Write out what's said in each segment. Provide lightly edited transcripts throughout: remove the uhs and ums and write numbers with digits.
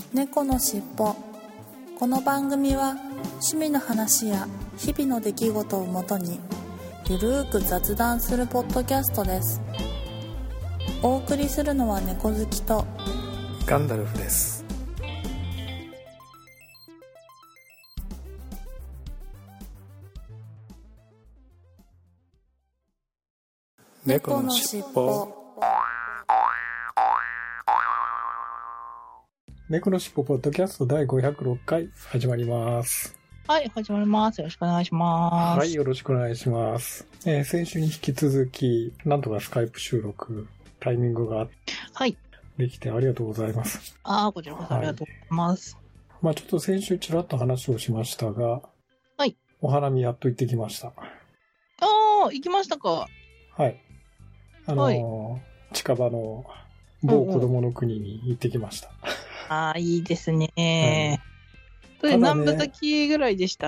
猫のしっぽ。この番組は趣味の話や日々の出来事をもとにゆるーく雑談するポッドキャストです。お送りするのは猫好きとガンダルフです。 猫のしっぽ。 猫のしっぽポッドキャスト第506回始まります。 はい、始まります。よろしくお願いします。 はい、よろしくお願いします。先週に引き続き、なんとかスカイプ収録、タイミングがはい。 できてありがとうございます。 こちらこそありがとうございます。 まあちょっと先週ちらっと話をしましたが、 はい。 お花見やっと行ってきました。 行きましたか。 はい。近場の某子供の国に行ってきました。 いいですね。それ何分咲きぐらいでした？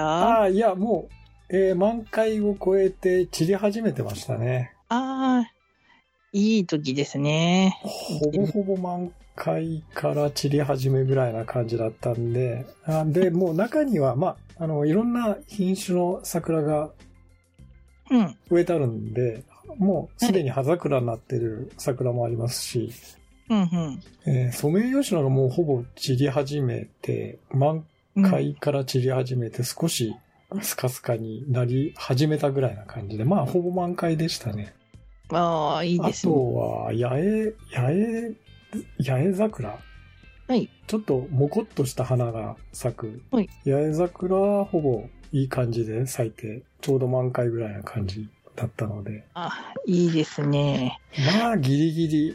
いや、もう、満開を超えて散り始めてましたね。 いい時ですね。 ほぼほぼ満開から散り始めぐらいな感じだったんで、で、もう中には、いろんな品種の桜が植えてあるんで、もうすでに葉桜になってる桜もありますし、ソメイヨシノがもうほぼ散り始めて、満開から散り始めて少しスカスカになり始めたぐらいな感じで、ほぼ満開でしたね。 いいですね。 あとは、八重桜。 はい。 ちょっともこっとした花が咲く。 はい。 八重桜はほぼいい感じで咲いて、ちょうど満開ぐらいな感じだったので。 いいですね。 ギリギリ。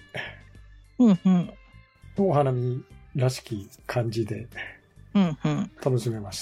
お花見らしき感じで。楽しめました。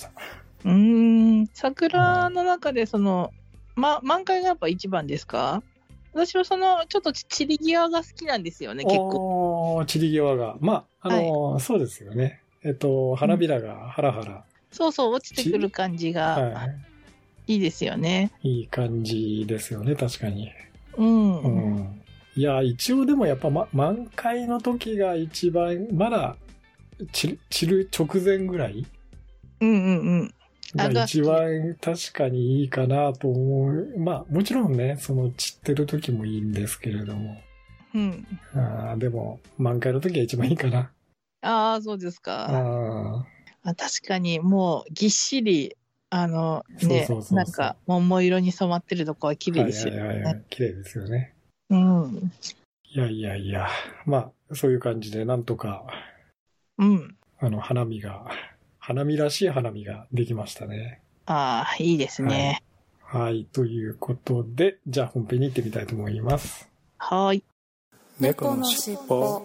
桜の中で満開がやっぱ一番ですか？私はちょっと散り際が好きなんですよね、結構。 散り際が。そうですよね。花びらがハラハラ。 そうそう、落ちてくる感じが、いいですよね。 いい感じですよね、確かに。いや、一応でもやっぱ、満開の時が一番、まだ散る直前ぐらいが一番確かにいいかなと思う。もちろんね、散ってる時もいいんですけれども。でも、満開の時が一番いいかな。 そうですか。確かにもうぎっしり、なんか桃色に染まってるとこは綺麗ですよね。 綺麗ですよね。いや、そういう感じでなんとか、花見らしい花見ができましたね。 いいですね。 はい、ということで、じゃあ本編に行ってみたいと思います。 はい。 猫のしっぽ。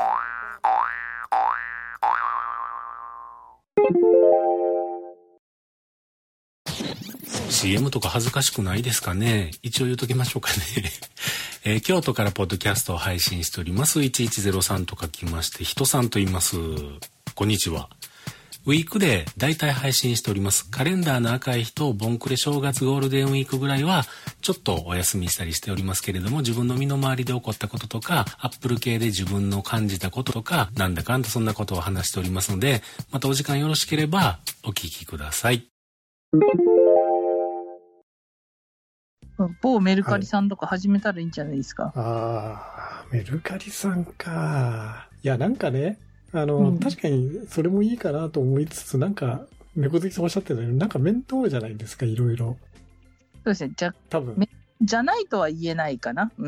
CM とか恥ずかしくないですかね。一応言うときましょうかね。京都からポッドキャストを配信しております。1103と書きまして、人さんと言います。こんにちは。ウィークで大体配信しております。カレンダーの赤い日とボンクレ正月ゴールデンウィークぐらいはちょっとお休みしたりしておりますけれども、自分の身の回りで起こったこととか、アップル系で自分の感じたこととか、なんだかんだそんなことを話しておりますので、またお時間よろしければお聞きください。 某メルカリさんとか始めたらいいんじゃないですか。 メルカリさんか。いや、なんかね、確かにそれもいいかなと思いつつ、なんか、猫好きさんおっしゃってたように、なんか面倒じゃないですか、いろいろ。 そうですね、 多分。 じゃないとは言えないかな。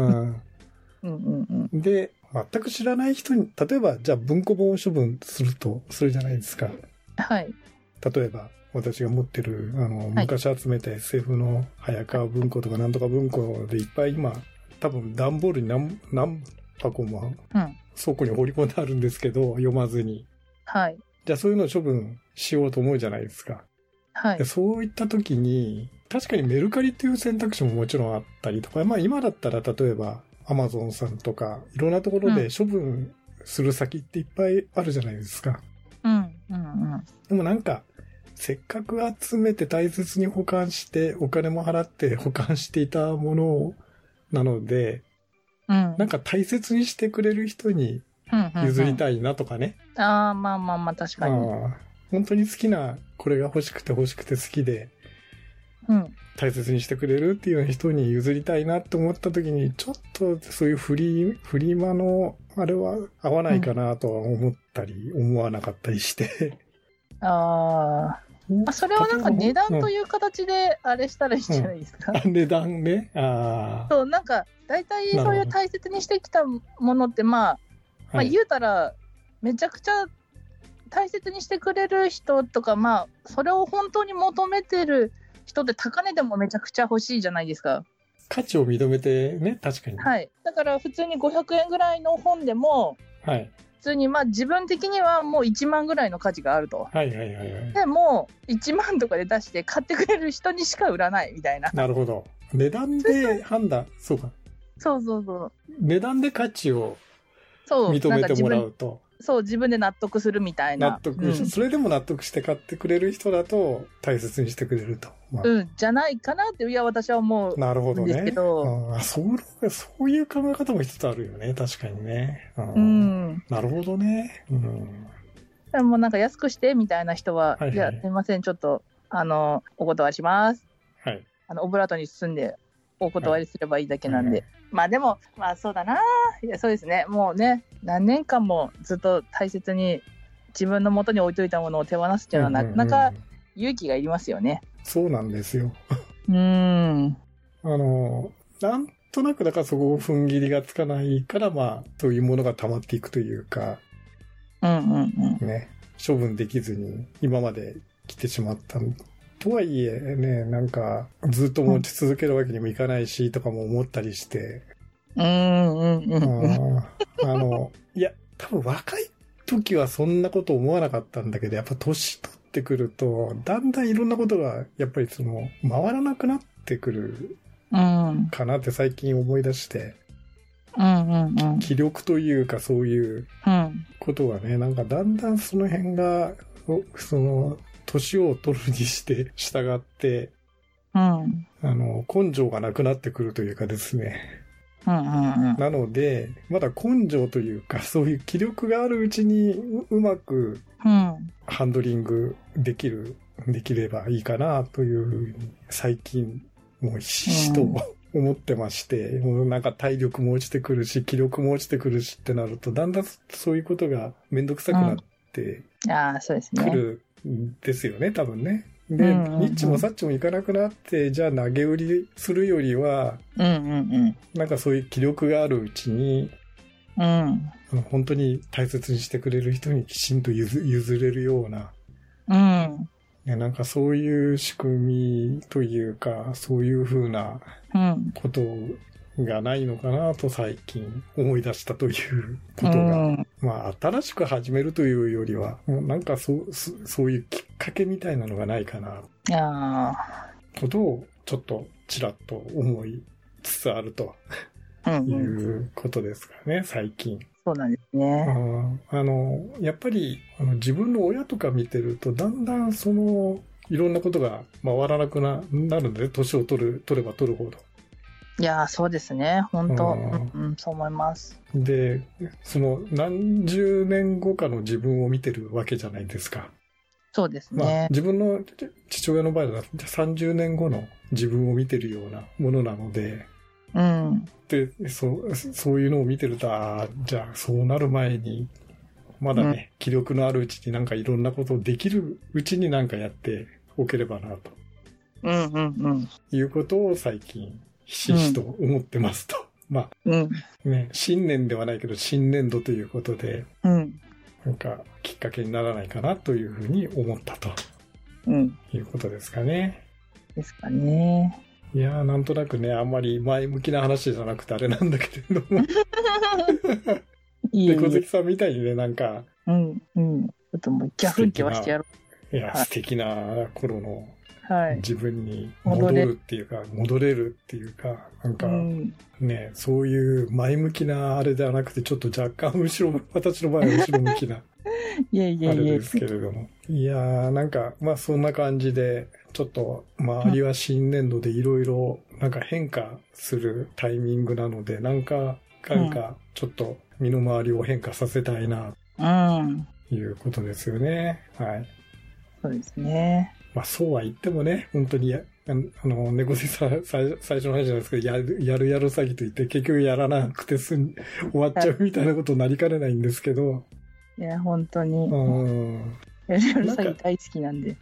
で、全く知らない人に、例えば、じゃあ文庫本を処分すると、それじゃないですか。 はい。 例えば、私が持ってる、昔集めた SF の早川文庫とかなんとか文庫でいっぱい今、多分段ボールに何箱も倉庫に放り込んであるんですけど、読まずに。 はい。 じゃあそういうのを処分しようと思うじゃないですか。 はい。 そういった時に、確かにメルカリっていう選択肢ももちろんあったりとか、今だったら例えば Amazon さんとか、いろんなところで処分する先っていっぱいあるじゃないですか。でもなんか、せっかく集めて大切に保管して、お金も払って保管していたものなので、なんか大切にしてくれる人に譲りたいなとかね。 ああ、まあまあまあ、確かに。 本当に好きな、これが欲しくて好きで、大切にしてくれるっていうような人に譲りたいなって思った時に、ちょっとそういうフリマの、あれは合わないかなとは思ったり、思わなかったりして。 ああ。それはなんか値段という形であれしたらいいんじゃないですか。 値段ね。 そう、なんか、大体そういう大切にしてきたものって、まあ言うたら、めちゃくちゃ大切にしてくれる人とか、まあ、それを本当に求めてる人って高値でもめちゃくちゃ欲しいじゃないですか。 価値を認めてね、確かに。 はい。だから普通に500円ぐらいの本でも、 はい。 普通にまあ自分的にはもう1万ぐらいの価値があると。 はい。 でも1万とかで出して買ってくれる人にしか売らないみたいな。 なるほど。値段で判断、そうか。 そう。 値段で価値を認めてもらうと。 そう、自分で納得するみたいな。 それでも納得して買ってくれる人だと大切にしてくれると。 じゃないかなって、私は思うんですけど。 なるほどね。そういう考え方も一つあるよね。確かにね。なるほどね。 でもなんか安くしてみたいな人は、いや、すいません、ちょっと、お断りします。 はい。 オブラートに包んでお断りすればいいだけなんで。まあでも、まあそうだな。いや、そうですね。もうね、何年間もずっと大切に自分の元に置いといたものを手放すっていうのはなかなか勇気がいりますよね。 そうなんですよ。なんとなくだからそこを踏ん切りがつかないから、まあ、そういうものが溜まっていくというか、ね、処分できずに今まで来てしまったとはいえね、なんかずっと持ち続けるわけにもいかないしとかも思ったりして。いや、多分若い時はそんなこと思わなかったんだけど、やっぱ年取ってくると、だんだんいろんなことが、やっぱり回らなくなってくるかなって最近思い出して。気力というかそういうことがね、なんかだんだんその辺が、年を取るにして従って、根性がなくなってくるというかですね。なので、まだ根性というか、そういう気力があるうちにうまくハンドリングできればいいかなというふうに、最近、もうひしひしと思ってまして、もうなんか体力も落ちてくるし、気力も落ちてくるしってなると、だんだんそういうことがめんどくさくなってくるんですよね、多分ね。で、ニッチもサッチもいかなくなって、じゃあ投げ売りするよりは、なんかそういう気力があるうちに、本当に大切にしてくれる人にきちんと譲れるような、なんかそういう仕組みというか、そういうふうなことがないのかなと最近思い出したということが、まあ新しく始めるというよりは、なんかそういうきっかけみたいなのがないかな、ことをちょっとちらっと思いつつあるということですかね、最近。 そうなんですね。 やっぱり自分の親とか見てると、だんだんいろんなことが回らなくなるので、年を取れば取るほど。 いやー、そうですね。本当、そう思います。 で、何十年後かの自分を見てるわけじゃないですか。 そうですね。 自分の父親の場合は30年後の自分を見てるようなものなので、で、そういうのを見てると、じゃあそうなる前に、まだね、気力のあるうちになんかいろんなことをできるうちになんかやっておければなと。いうことを最近、ひしひしと思ってますと。まあ、ね、新年ではないけど、新年度ということで、なんかきっかけにならないかなというふうに思ったと。いうことですかね。 ですかね。 いやー、なんとなくね、あんまり前向きな話じゃなくてあれなんだけれども。で、小関さんみたいにね、なんか。 ちょっともうギャフンキはしてやろう。いや、素敵な頃の自分に戻るっていうか、戻れるっていうか、なんか、ね、そういう前向きなあれではなくて、ちょっと若干私の場合は後ろ向きな。あれですけれども。いやー、なんか、まあそんな感じで、ちょっと周りは新年度でいろいろなんか変化するタイミングなので、なんかちちょっと身の回りを変化させたいな、ということですよね。はい。 そうですね。 まあそうは言ってもね、本当に猫背さん最初の話じゃないですけど、やる詐欺と言って結局やらなくて終わっちゃうみたいなことになりかねないんですけど。 いや、本当に。やる詐欺大好きなんで。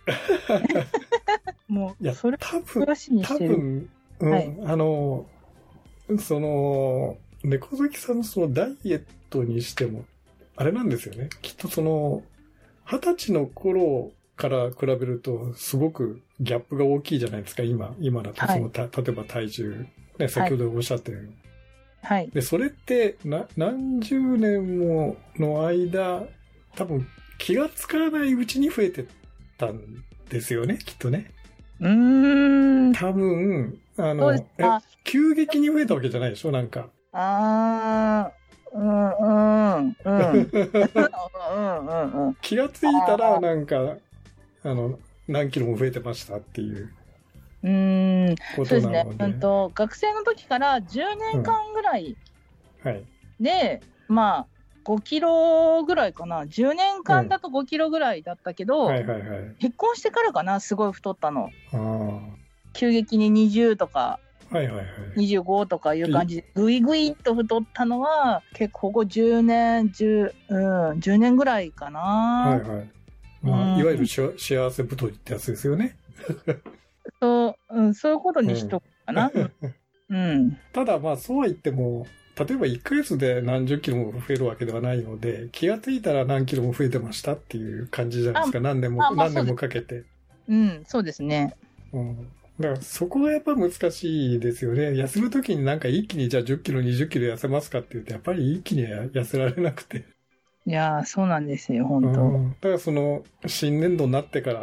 もう、それ詳しにしてる。 はい、猫好きさんのそのダイエットにしても、あれなんですよね。きっと20歳の頃から比べると、すごくギャップが大きいじゃないですか、今だと例えば体重、ね、先ほどおっしゃったように。 はい。 で、それって、何十年もの間、多分気がつかないうちに増えてたんですよね、きっとね。多分、急激に増えたわけじゃないでしょ、なんか。気がついたら、なんか、何キロも増えてましたっていうことなので。 そうですね。学生の時から10年間ぐらいで、まあ、5キロぐらいかな。10年間だと5キロぐらいだったけど、結婚してからかな、すごい太ったの。急激に20とか、25とかいう感じで、ぐいぐいっと太ったのは、結構ここ10年ぐらいかな。 まあ、いわゆる幸せ太りってやつですよね。 そういうことにしとくかな。 ただまあそうは言っても、例えば1ヶ月で何十キロも増えるわけではないので、気がついたら何キロも増えてましたっていう感じじゃないですか。何年もかけて。 そうですね。 だからそこがやっぱ難しいですよね。痩せるときになんか一気にじゃあ10キロ、20キロ痩せますかって言うと、やっぱり一気には痩せられなくて。 いやー、そうなんですよ、本当。 だから新年度になったから、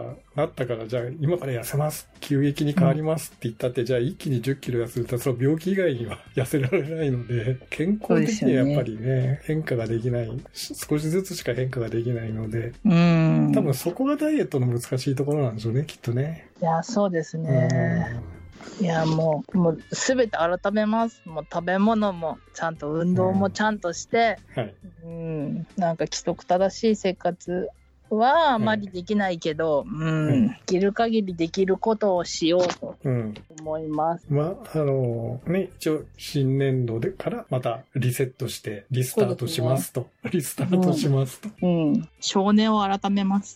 じゃあ今から痩せます。急激に変わりますって言ったって、じゃあ一気に10キロ痩せると、その病気以外には痩せられないので、健康的にはやっぱりね、変化ができない、少しずつしか変化ができないので、多分そこがダイエットの難しいところなんでしょうね、きっとね。 いや、そうですね。いや、もうすべて改めます。もう食べ物もちゃんと運動もちゃんとして、なんか規則正しい生活はあまりできないけど、できる限りできることをしようと思います。 まあ、一応新年度からまたリセットしてリスタートしますと。リスタートしますと。 少年を改めます。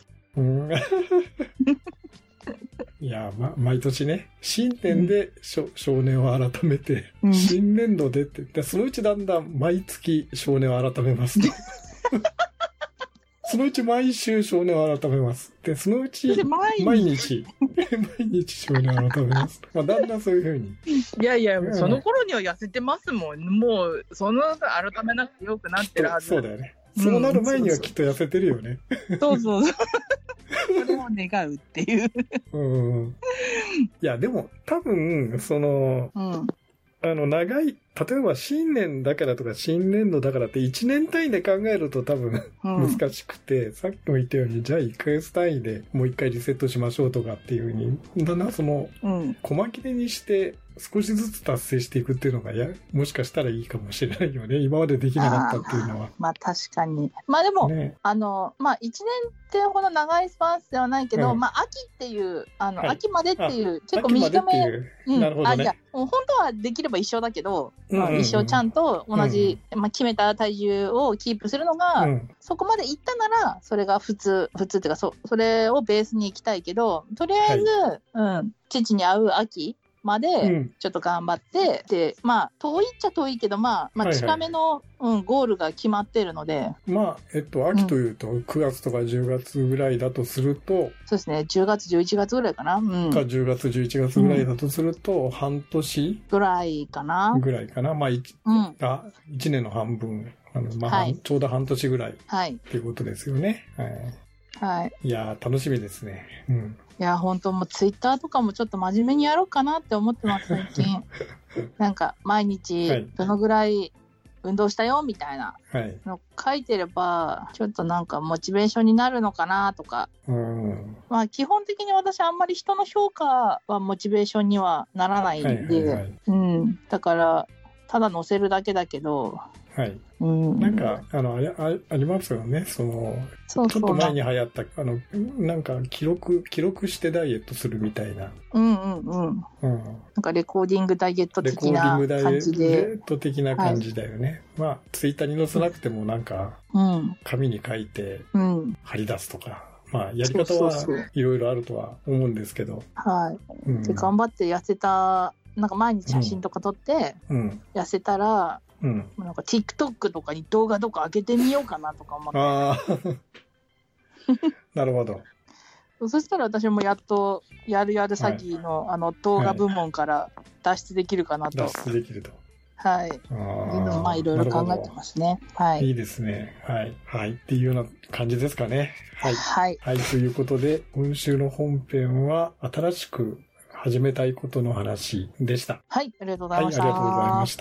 いや、毎年ね、新年で少年を改めて、新年度でって、そのうちだんだん毎月少年を改めますと。そのうち毎週少年を改めます。で、そのうち毎日少年を改めます。まあ、だんだんそういうふうに。 いやいや、その頃には痩せてますもん。もう、改めなくてよくなってるはず。 そうだよね。そうなる前にはきっと痩せてるよね。 そう。それを願うっていう。 いや、でも、多分、長い、例えば新年だからとか新年度だからって1年単位で考えると多分難しくて、さっきも言ったように、じゃあ1ヶ月単位でもう1回リセットしましょうとかっていうふうに、だんだん細切れにして少しずつ達成していくっていうのが、もしかしたらいいかもしれないよね。今までできなかったっていうのは。 まあ確かに。まあでも、ね、まあ1年ってほど長いスパンスではないけど、まあ秋っていう、秋までっていう、結構短め。 なるほどね。 いや、もう本当はできれば一緒だけど、一生ちゃんと同じ、決めた体重をキープするのが、そこまでいったなら、それが普通っていうか、それをベースに行きたいけど、とりあえず、父に合う秋までちょっと頑張って、で、まあ遠いっちゃ遠いけど、まあ近めの、ゴールが決まってるので、 まあ秋というと9月とか10月ぐらいだとすると、 そうですね、10月11月ぐらいかな、か 10月11月ぐらいだとすると、半年ぐらいかな、 まあ1年の半分、ちょうど半年ぐらいっていうことですよね。いや楽しみですね。 いや本当もうツイッターとかもちょっと真面目にやろうかなって思ってます最近。なんか毎日どのぐらい運動したよみたいなの書いてればちょっとなんかモチベーションになるのかなとか。まあ基本的に私あんまり人の評価はモチベーションにはならないんで、だからただ載せるだけだけど、 はい。なんか、ありますよね。ちょっと前に流行った、なんか記録してダイエットするみたいな。 なんかレコーディングダイエット的な感じで。 レコーディングダイエット的な感じだよね。まあ、ツイッターに載せなくてもなんか、紙に書いて、貼り出すとか。まあ、やり方はいろいろあるとは思うんですけど。 はい。で、頑張って痩せた、なんか毎日写真とか撮って、痩せたら、なんか TikTok とかに動画とか上げてみようかなとか思って。ああ。 なるほど。 そしたら私もやっとやる詐欺の、動画部門から脱出できるかなと。 脱出できると。 はい。まあいろいろ考えてますね。はい。 いいですね。はい。はい。っていうような感じですかね。はい。はい。はい。ということで、今週の本編は新しく始めたいことの話でした。 はい。ありがとうございました。 はい。ありがとうございました。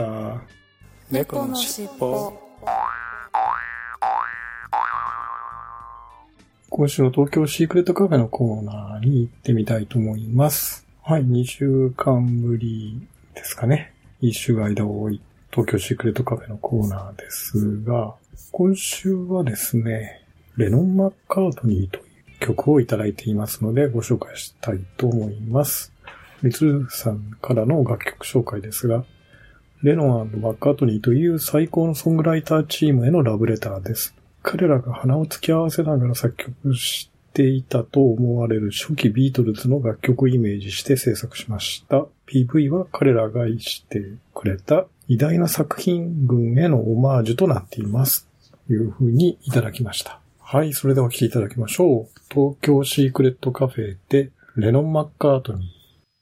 猫のしっぽ。 今週の東京シークレットカフェのコーナーに行ってみたいと思います。はい、2週間ぶりですかね。1週間を置い東京シークレットカフェのコーナーですが、今週はですね、レノン・マッカートニーという曲をいただいていますのでご紹介したいと思います。みつるさんからの楽曲紹介ですが、レノン&マッカートニーという最高のソングライターチームへのラブレターです。彼らが鼻を突き合わせながら作曲していたと思われる初期ビートルズの楽曲をイメージして制作しました。PV は彼らが愛してくれた偉大な作品群へのオマージュとなっています。という風にいただきました。はい、それでは聴いていただきましょう。東京シークレットカフェでレノン・マッカートニー。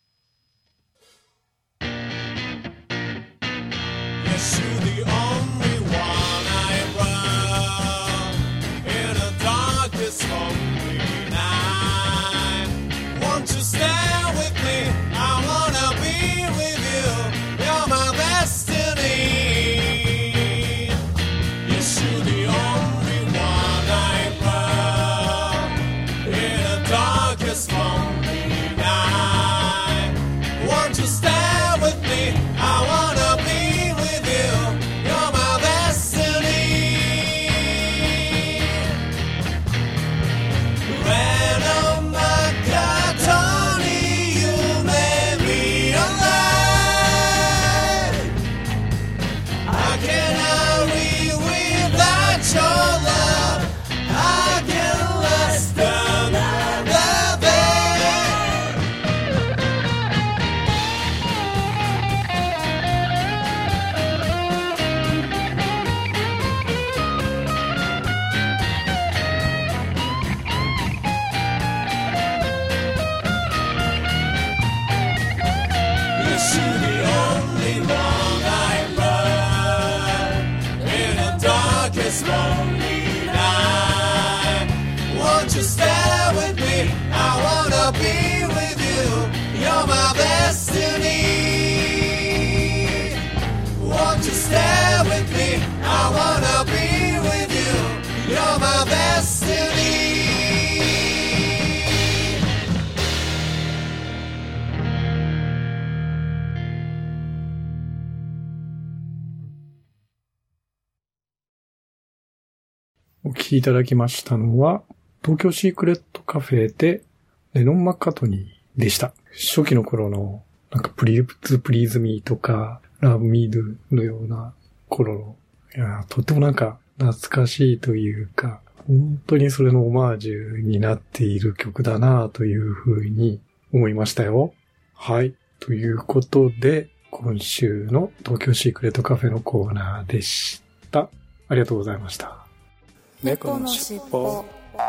お聴きいただきましたのは、東京シークレットカフェでレノン・マッカートニーでした。初期の頃の、なんかプリーズミーとか、ラブミードゥのような頃の、いや、とってもなんか懐かしいというか、本当にそれのオマージュになっている曲だなというふうに思いましたよ。はい。ということで、今週の東京シークレットカフェのコーナーでした。ありがとうございました。 猫のしっぽ。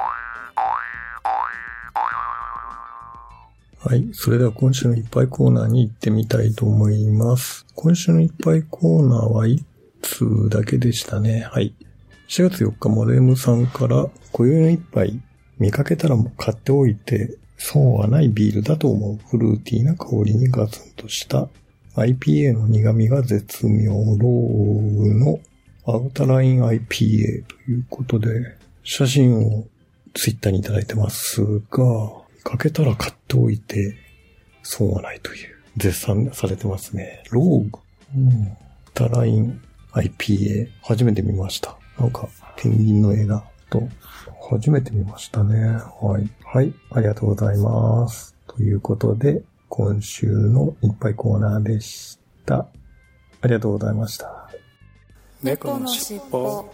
はい。それでは今週のいっぱいコーナーに行ってみたいと思います。今週のいっぱいコーナーは1通だけでしたね。はい。4月4日モレムさんから、今宵の一杯見かけたらもう買っておいて損はないビールだと思うフルーティーな香りにガツンとした IPA の苦味が絶妙ローのアウタライン IPA ということで、写真をツイッターにいただいてますが、かけたら買っておいて損はないという絶賛されてますね。ローグ、アウタライン IPA。初めて見ました。なんか、ペンギンの映画と、初めて見ましたね。はい。はい。ありがとうございます。ということで、今週のいっぱいコーナーでした。ありがとうございました。 猫のしっぽ。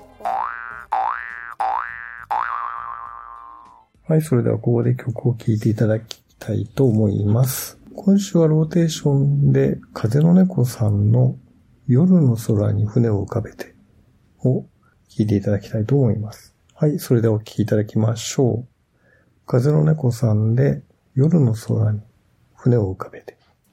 はい。それではここで曲を聴いていただきたいと思います。今週はローテーションで、風の猫さんの夜の空に船を浮かべてを聴いていただきたいと思います。はい。それではお聴きいただきましょう。風の猫さんで夜の空に船を浮かべて。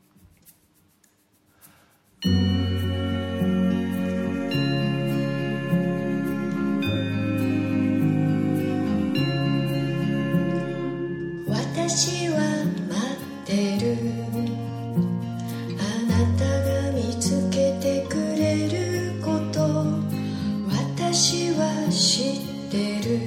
私は待ってる、あなたが見つけてくれること、私は知ってる。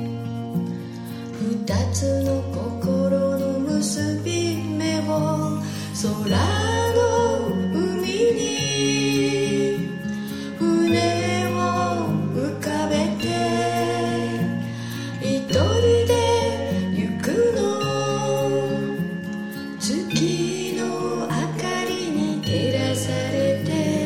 二つの心の結び目を空の海に船を浮かべて一人で行くの。月の明かりに照らされて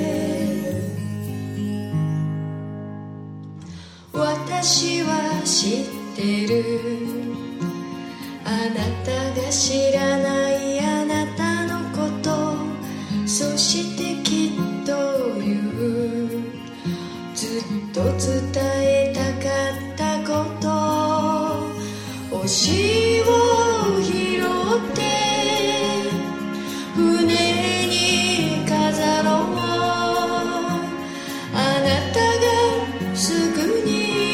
私は知ってる。あなたが知らないあなたのこと、そしてきっと言う。ずっと伝えたかったこと、星を拾って船に飾ろう。あなたがすぐに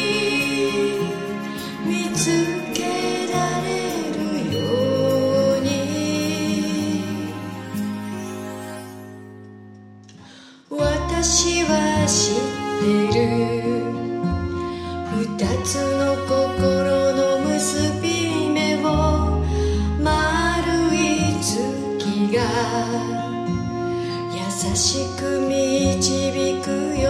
見つけられるように。私は知ってる。二つの心の結び目を丸い月が優しく導くよ。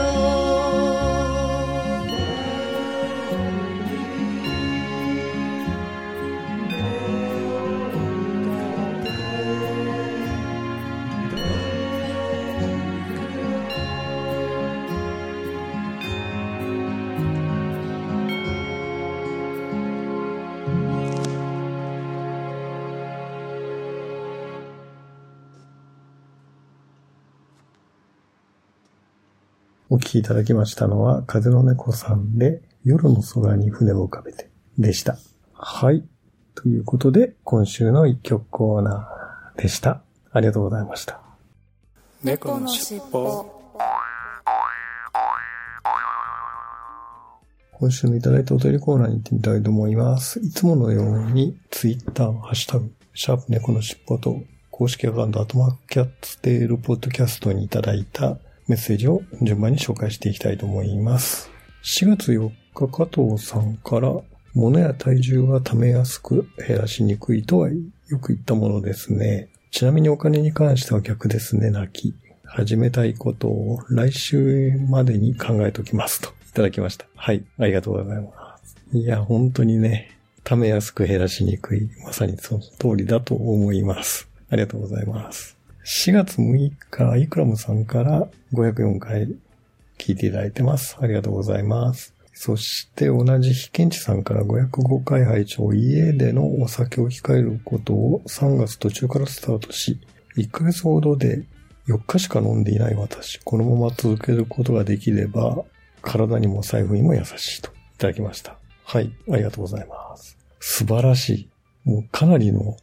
お聴きいただきましたのは、風の猫さんで夜の空に船を浮かべてでした。はい。ということで、今週の一曲コーナーでした。ありがとうございました。 猫のしっぽ。 今週のいただいたお便りコーナーに行ってみたいと思います。いつものように、ツイッター、ハッシュタグ、シャープ猫のしっぽと、公式アカウント、キャッツテールポッドキャストにいただいたメッセージを順番に紹介していきたいと思います。4月4日、加藤さんから、物や体重が溜めやすく減らしにくいとはよく言ったものですね。ちなみにお金に関しては逆ですね、泣き。始めたいことを来週までに考えておきますといただきました。はい、ありがとうございます。いや、本当にね、溜めやすく減らしにくい。まさにその通りだと思います。ありがとうございます。4月6日、イクラムさんから504回聞いていただいてます。ありがとうございます。そして同じ非検知さんから505回拝聴、家でのお酒を控えることを3月途中からスタートし、1ヶ月ほどで4日しか飲んでいない私、このまま続けることができれば、体にも財布にも優しいといただきました。はい、ありがとうございます。素晴らしい。もうかなりの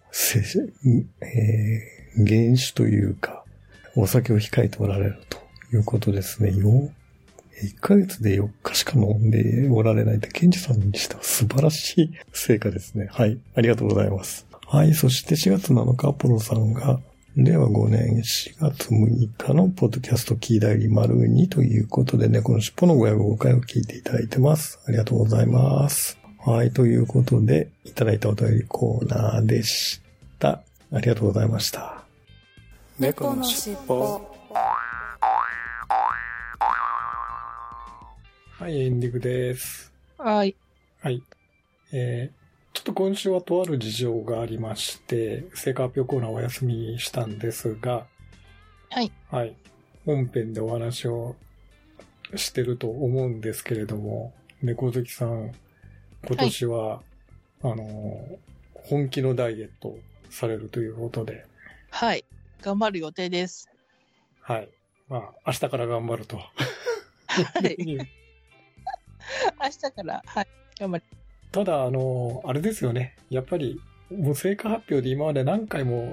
原酒というか、お酒を控えておられるということですね。1ヶ月で4日しか飲んでおられないって、ケンジさんにしては素晴らしい成果ですね。はい。ありがとうございます。はい。そして4月7日、アポロさんが、令和5年4月6日のポッドキャストキーダイリー02ということでね、この尻尾の505回を聞いていただいてます。ありがとうございます。はい。ということで、いただいたお便りコーナーでした。ありがとうございました。 猫のしっぽ。 はい、エンディングです。 はい。 はい。ちょっと今週はとある事情がありまして、成果発表コーナーをお休みしたんですが、 はい。 はい。本編でお話をしてると思うんですけれども、猫好きさん、今年は、はい、本気のダイエットされるということで。 はい。頑張る予定です。 はい。まあ、明日から頑張ると。はい。 明日から、はい。頑張る。 ただ、あれですよね。やっぱり、もう成果発表で今まで何回も、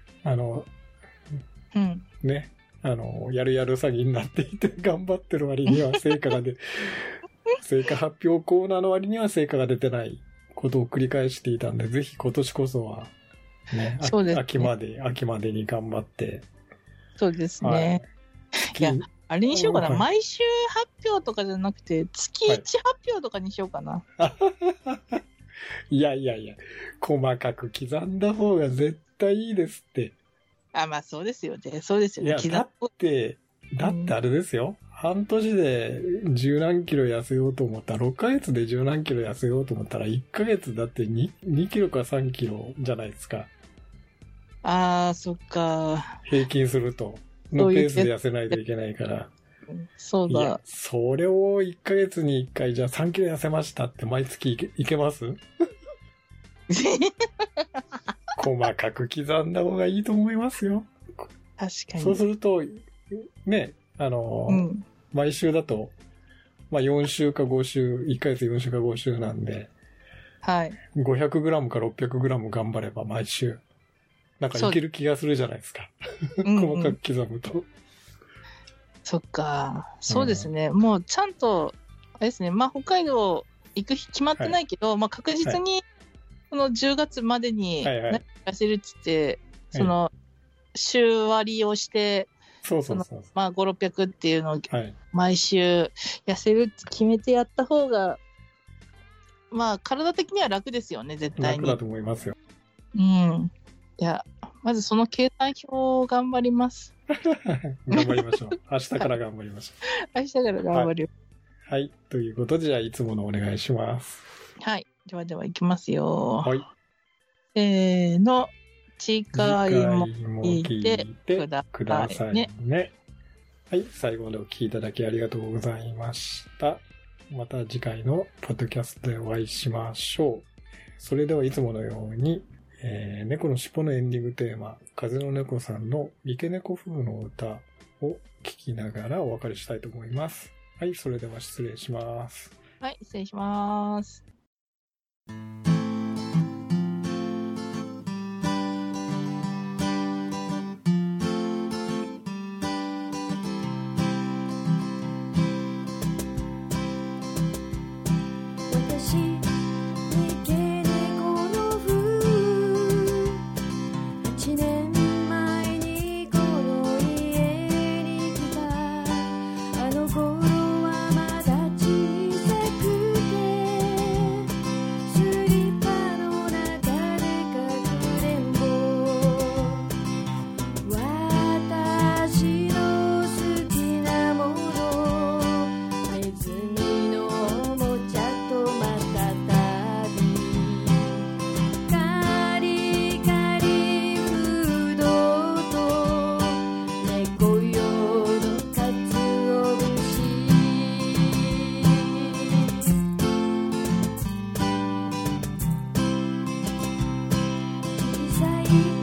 うん。 ね、やる詐欺になっていて、頑張ってる割には成果が成果発表コーナーの割には成果が出てないことを繰り返していたんで、ぜひ今年こそは、ね、 そうですね、 秋までに頑張って。 そうですね。はい、いや、あれにしようかな。毎週発表とかじゃなくて、月1発表とかにしようかな。 はい、いや、細かく刻んだ方が絶対いいですって。 まあそうですよね。そうですよね。 いや、だってあれですよ。半年で十何キロ痩せようと思ったら、6ヶ月で十何キロ痩せようと思ったら、1ヶ月だって2キロか3キロじゃないですか。 そっか。 平均すると。のペースで痩せないといけないから。 そうだ。いや、 それを1ヶ月に1回、じゃあ3キロ痩せましたって毎月いけます細かく刻んだ方がいいと思いますよ。 確かに。 そうすると、ね、毎週だと、まあ4週か5週、1ヶ月4週か5週なんで、 はい。 500g か 600g 頑張れば毎週、なんかいける気がするじゃないですか。細かく刻むと。 そっか。そうですね。もうちゃんと、あれですね。まあ北海道行く日決まってないけど、まあ確実に、この10月までに痩せるって言って、その、週割りをして、まあ5、600っていうのを毎週痩せるって決めてやった方が、まあ体的には楽ですよね、絶対に。 楽だと思いますよ。 うん。いや、まずその計算表を頑張ります。 頑張りましょう。明日から頑張りましょう。明日から頑張る。 はい。ということで、じゃあいつものお願いします。 はい。では行きますよ。 はい。 せーの。次回も聞いてくださいね。 はい。最後までお聞きいただきありがとうございました。また次回のポッドキャストでお会いしましょう。それではいつものように、猫のしっぽのエンディングテーマ、風の猫さんの三毛猫風の歌を聞きながらお別れしたいと思います。はい。それでは失礼します。 はい。失礼します。 小さい